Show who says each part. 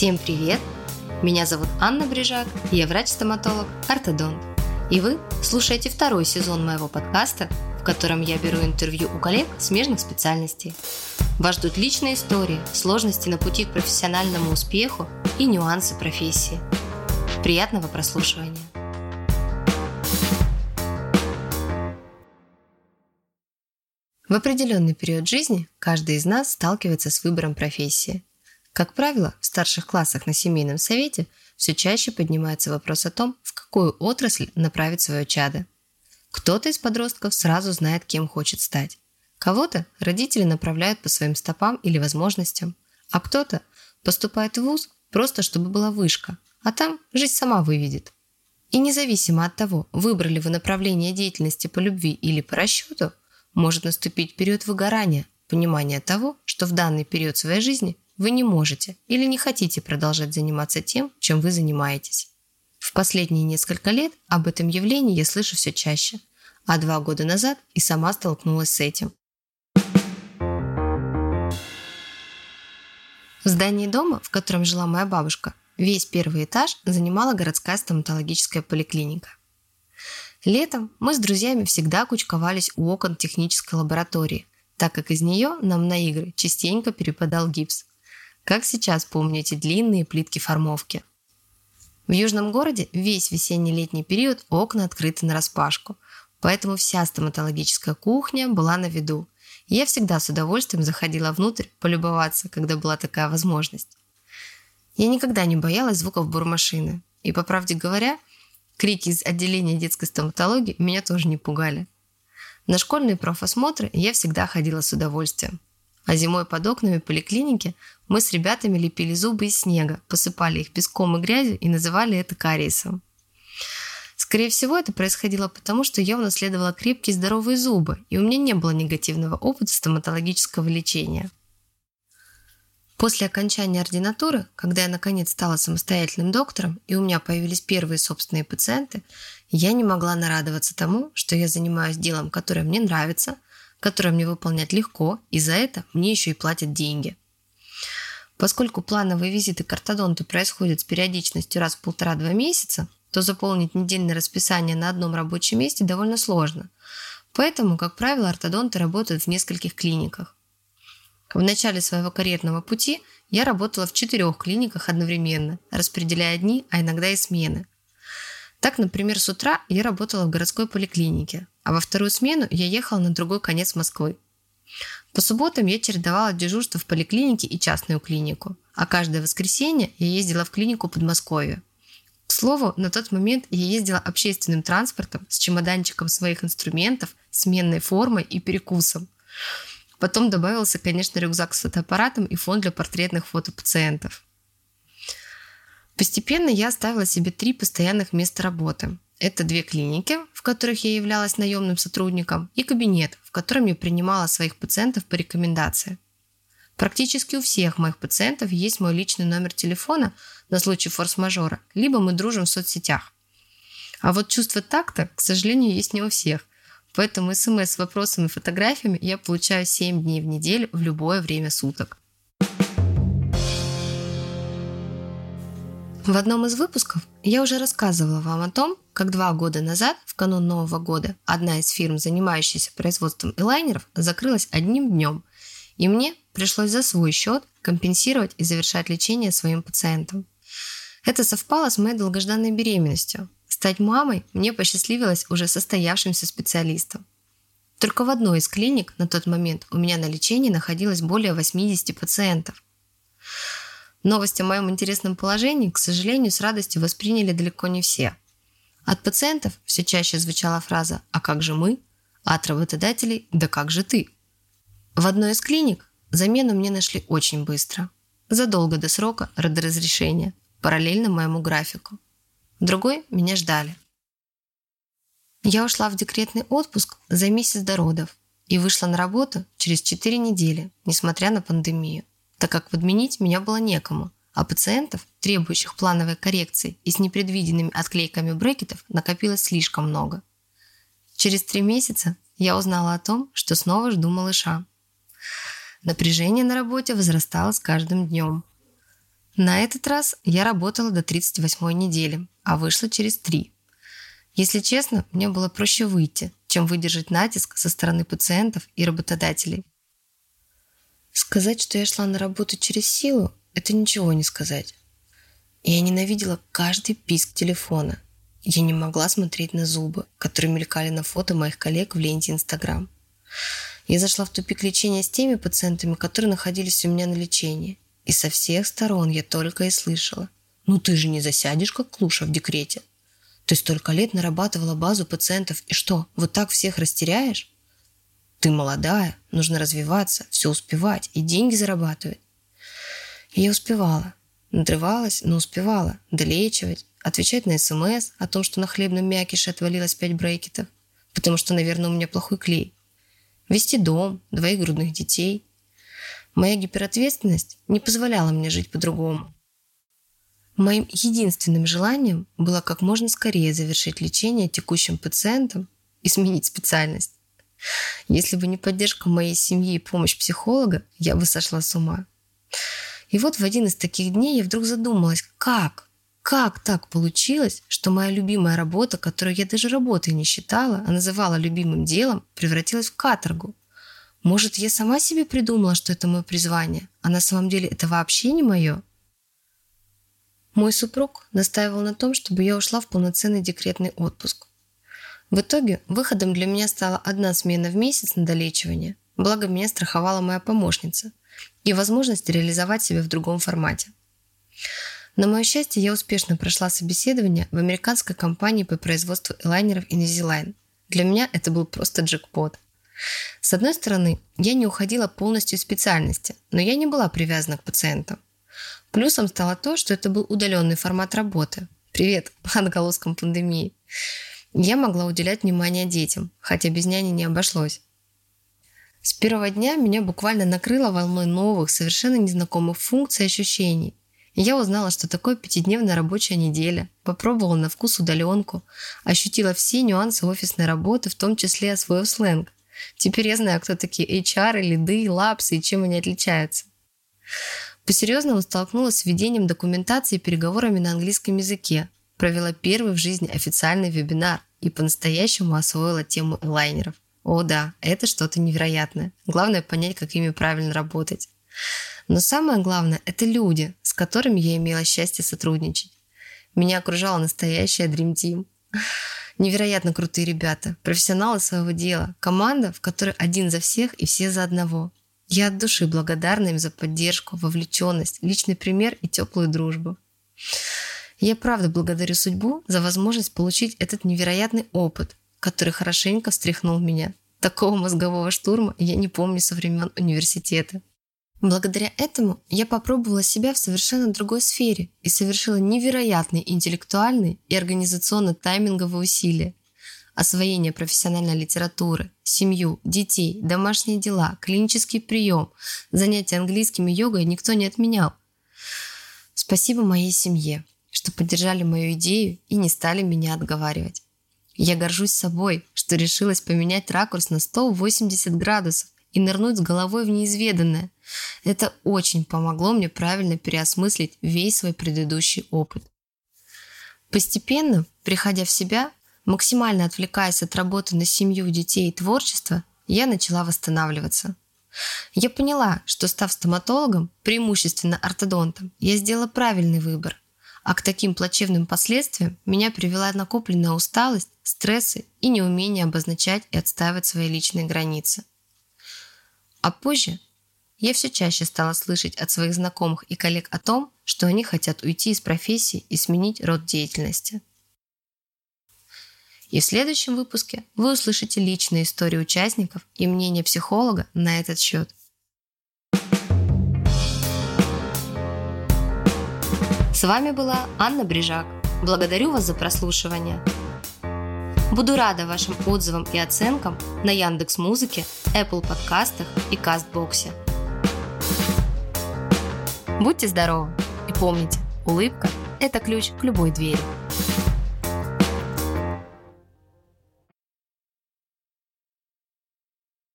Speaker 1: Всем привет! Меня зовут Анна Брижак, я врач-стоматолог, ортодонт. И вы слушаете второй сезон моего подкаста, в котором я беру интервью у коллег смежных специальностей. Вас ждут личные истории, сложности на пути к профессиональному успеху и нюансы профессии. Приятного прослушивания! В определенный период жизни каждый из нас сталкивается с выбором профессии. Как правило, в старших классах на семейном совете все чаще поднимается вопрос о том, в какую отрасль направить свое чадо. Кто-то из подростков сразу знает, кем хочет стать. Кого-то родители направляют по своим стопам или возможностям, а кто-то поступает в вуз просто чтобы была вышка, а там жизнь сама выведет. И независимо от того, выбрали вы направление деятельности по любви или по расчету, может наступить период выгорания, понимания того, что в данный период своей жизни вы не можете или не хотите продолжать заниматься тем, чем вы занимаетесь. В последние несколько лет об этом явлении я слышу все чаще, а 2 года назад и сама столкнулась с этим. В здании дома, в котором жила моя бабушка, весь первый этаж занимала городская стоматологическая поликлиника. Летом мы с друзьями всегда кучковались у окон технической лаборатории, так как из нее нам на игры частенько перепадал гипс. Как сейчас помню эти длинные плитки формовки. В южном городе весь весенне-летний период окна открыты нараспашку, поэтому вся стоматологическая кухня была на виду. И я всегда с удовольствием заходила внутрь полюбоваться, когда была такая возможность. Я никогда не боялась звуков бормашины. И, по правде говоря, крики из отделения детской стоматологии меня тоже не пугали. На школьные профосмотры я всегда ходила с удовольствием. А зимой под окнами поликлиники мы с ребятами лепили зубы из снега, посыпали их песком и грязью и называли это кариесом. Скорее всего, это происходило потому, что я унаследовала крепкие здоровые зубы, и у меня не было негативного опыта стоматологического лечения. После окончания ординатуры, когда я наконец стала самостоятельным доктором и у меня появились первые собственные пациенты, я не могла нарадоваться тому, что я занимаюсь делом, которое мне нравится, которое мне выполнять легко, и за это мне еще и платят деньги. Поскольку плановые визиты к ортодонту происходят с периодичностью раз в 1,5-2 месяца, то заполнить недельное расписание на одном рабочем месте довольно сложно. Поэтому, как правило, ортодонты работают в нескольких клиниках. В начале своего карьерного пути я работала в 4 клиниках одновременно, распределяя дни, а иногда и смены. Так, например, с утра я работала в городской поликлинике, а во вторую смену я ехала на другой конец Москвы. По субботам я чередовала дежурство в поликлинике и частную клинику, а каждое воскресенье я ездила в клинику Подмосковья. К слову, на тот момент я ездила общественным транспортом с чемоданчиком своих инструментов, сменной формой и перекусом. Потом добавился, конечно, рюкзак с фотоаппаратом и фон для портретных фото пациентов. Постепенно я оставила себе 3 постоянных места работы. Это 2 клиники, в которых я являлась наемным сотрудником, и кабинет, в котором я принимала своих пациентов по рекомендации. Практически у всех моих пациентов есть мой личный номер телефона на случай форс-мажора, либо мы дружим в соцсетях. А вот чувство такта, к сожалению, есть не у всех, поэтому смс с вопросами и фотографиями я получаю 7 дней в неделю в любое время суток. В одном из выпусков я уже рассказывала вам о том, как 2 года назад, в канун Нового года, одна из фирм, занимающаяся производством элайнеров, закрылась одним днем, и мне пришлось за свой счет компенсировать и завершать лечение своим пациентам. Это совпало с моей долгожданной беременностью. Стать мамой мне посчастливилось уже состоявшимся специалистом. Только в одной из клиник на тот момент у меня на лечении находилось более 80 пациентов. Новость о моем интересном положении, к сожалению, с радостью восприняли далеко не все. От пациентов все чаще звучала фраза «А как же мы?», а от работодателей «Да как же ты?». В одной из клиник замену мне нашли очень быстро, задолго до срока родоразрешения, параллельно моему графику. В другой меня ждали. Я ушла в декретный отпуск за месяц до родов и вышла на работу через 4 недели, несмотря на пандемию, так как подменить меня было некому, а пациентов, требующих плановой коррекции и с непредвиденными отклейками брекетов, накопилось слишком много. Через 3 месяца я узнала о том, что снова жду малыша. Напряжение на работе возрастало с каждым днем. На этот раз я работала до 38-й недели, а вышла через 3. Если честно, мне было проще выйти, чем выдержать натиск со стороны пациентов и работодателей. Сказать, что я шла на работу через силу, это ничего не сказать. Я ненавидела каждый писк телефона. Я не могла смотреть на зубы, которые мелькали на фото моих коллег в ленте Instagram. Я зашла в тупик лечения с теми пациентами, которые находились у меня на лечении. И со всех сторон я только и слышала: «Ну ты же не засядешь, как клуша в декрете. Ты столько лет нарабатывала базу пациентов, и что, вот так всех растеряешь? Ты молодая, нужно развиваться, все успевать и деньги зарабатывать». И я успевала. Надрывалась, но успевала долечивать, отвечать на СМС о том, что на хлебном мякише отвалилось 5 брекетов, потому что, наверное, у меня плохой клей. Вести дом, 2 грудных детей. Моя гиперответственность не позволяла мне жить по-другому. Моим единственным желанием было как можно скорее завершить лечение текущим пациентам и сменить специальность. Если бы не поддержка моей семьи и помощь психолога, я бы сошла с ума. И вот в один из таких дней я вдруг задумалась, как так получилось, что моя любимая работа, которую я даже работой не считала, а называла любимым делом, превратилась в каторгу. Может, я сама себе придумала, что это мое призвание, а на самом деле это вообще не мое? Мой супруг настаивал на том, чтобы я ушла в полноценный декретный отпуск. В итоге выходом для меня стала 1 смена в месяц на долечивание, благо меня страховала моя помощница, и возможность реализовать себя в другом формате. На мое счастье, я успешно прошла собеседование в американской компании по производству элайнеров Invisalign. Для меня это был просто джекпот. С одной стороны, я не уходила полностью из специальности, но я не была привязана к пациентам. Плюсом стало то, что это был удаленный формат работы. Привет отголоскам пандемии. Я могла уделять внимание детям, хотя без няни не обошлось. С первого дня меня буквально накрыло волной новых, совершенно незнакомых функций и ощущений. Я узнала, что такое 5-дневная рабочая неделя, попробовала на вкус удаленку, ощутила все нюансы офисной работы, в том числе освоив сленг. Теперь я знаю, кто такие HR, лиды, лапсы и чем они отличаются. По-серьезному столкнулась с ведением документации и переговорами на английском языке, провела первый в жизни официальный вебинар и по-настоящему освоила тему элайнеров. О да, это что-то невероятное. Главное понять, как ими правильно работать. Но самое главное – это люди, с которыми я имела счастье сотрудничать. Меня окружала настоящая Dream Team. Невероятно крутые ребята, профессионалы своего дела, команда, в которой один за всех и все за одного. Я от души благодарна им за поддержку, вовлеченность, личный пример и теплую дружбу. Я правда благодарю судьбу за возможность получить этот невероятный опыт, который хорошенько встряхнул меня. Такого мозгового штурма я не помню со времен университета. Благодаря этому я попробовала себя в совершенно другой сфере и совершила невероятные интеллектуальные и организационно-тайминговые усилия. Освоение профессиональной литературы, семью, детей, домашние дела, клинический прием, занятия английским и йогой никто не отменял. Спасибо моей семье, что поддержали мою идею и не стали меня отговаривать. Я горжусь собой, что решилась поменять ракурс на 180 градусов и нырнуть с головой в неизведанное. Это очень помогло мне правильно переосмыслить весь свой предыдущий опыт. Постепенно, приходя в себя, максимально отвлекаясь от работы на семью, детей и творчество, я начала восстанавливаться. Я поняла, что став стоматологом, преимущественно ортодонтом, я сделала правильный выбор, а к таким плачевным последствиям меня привела накопленная усталость, стрессы и неумение обозначать и отстаивать свои личные границы. А позже я все чаще стала слышать от своих знакомых и коллег о том, что они хотят уйти из профессии и сменить род деятельности. И в следующем выпуске вы услышите личные истории участников и мнение психолога на этот счет. С вами была Анна Брижак. Благодарю вас за прослушивание. Буду рада вашим отзывам и оценкам на Яндекс.Музыке, Apple подкастах и Кастбоксе. Будьте здоровы и помните, улыбка – это ключ к любой двери.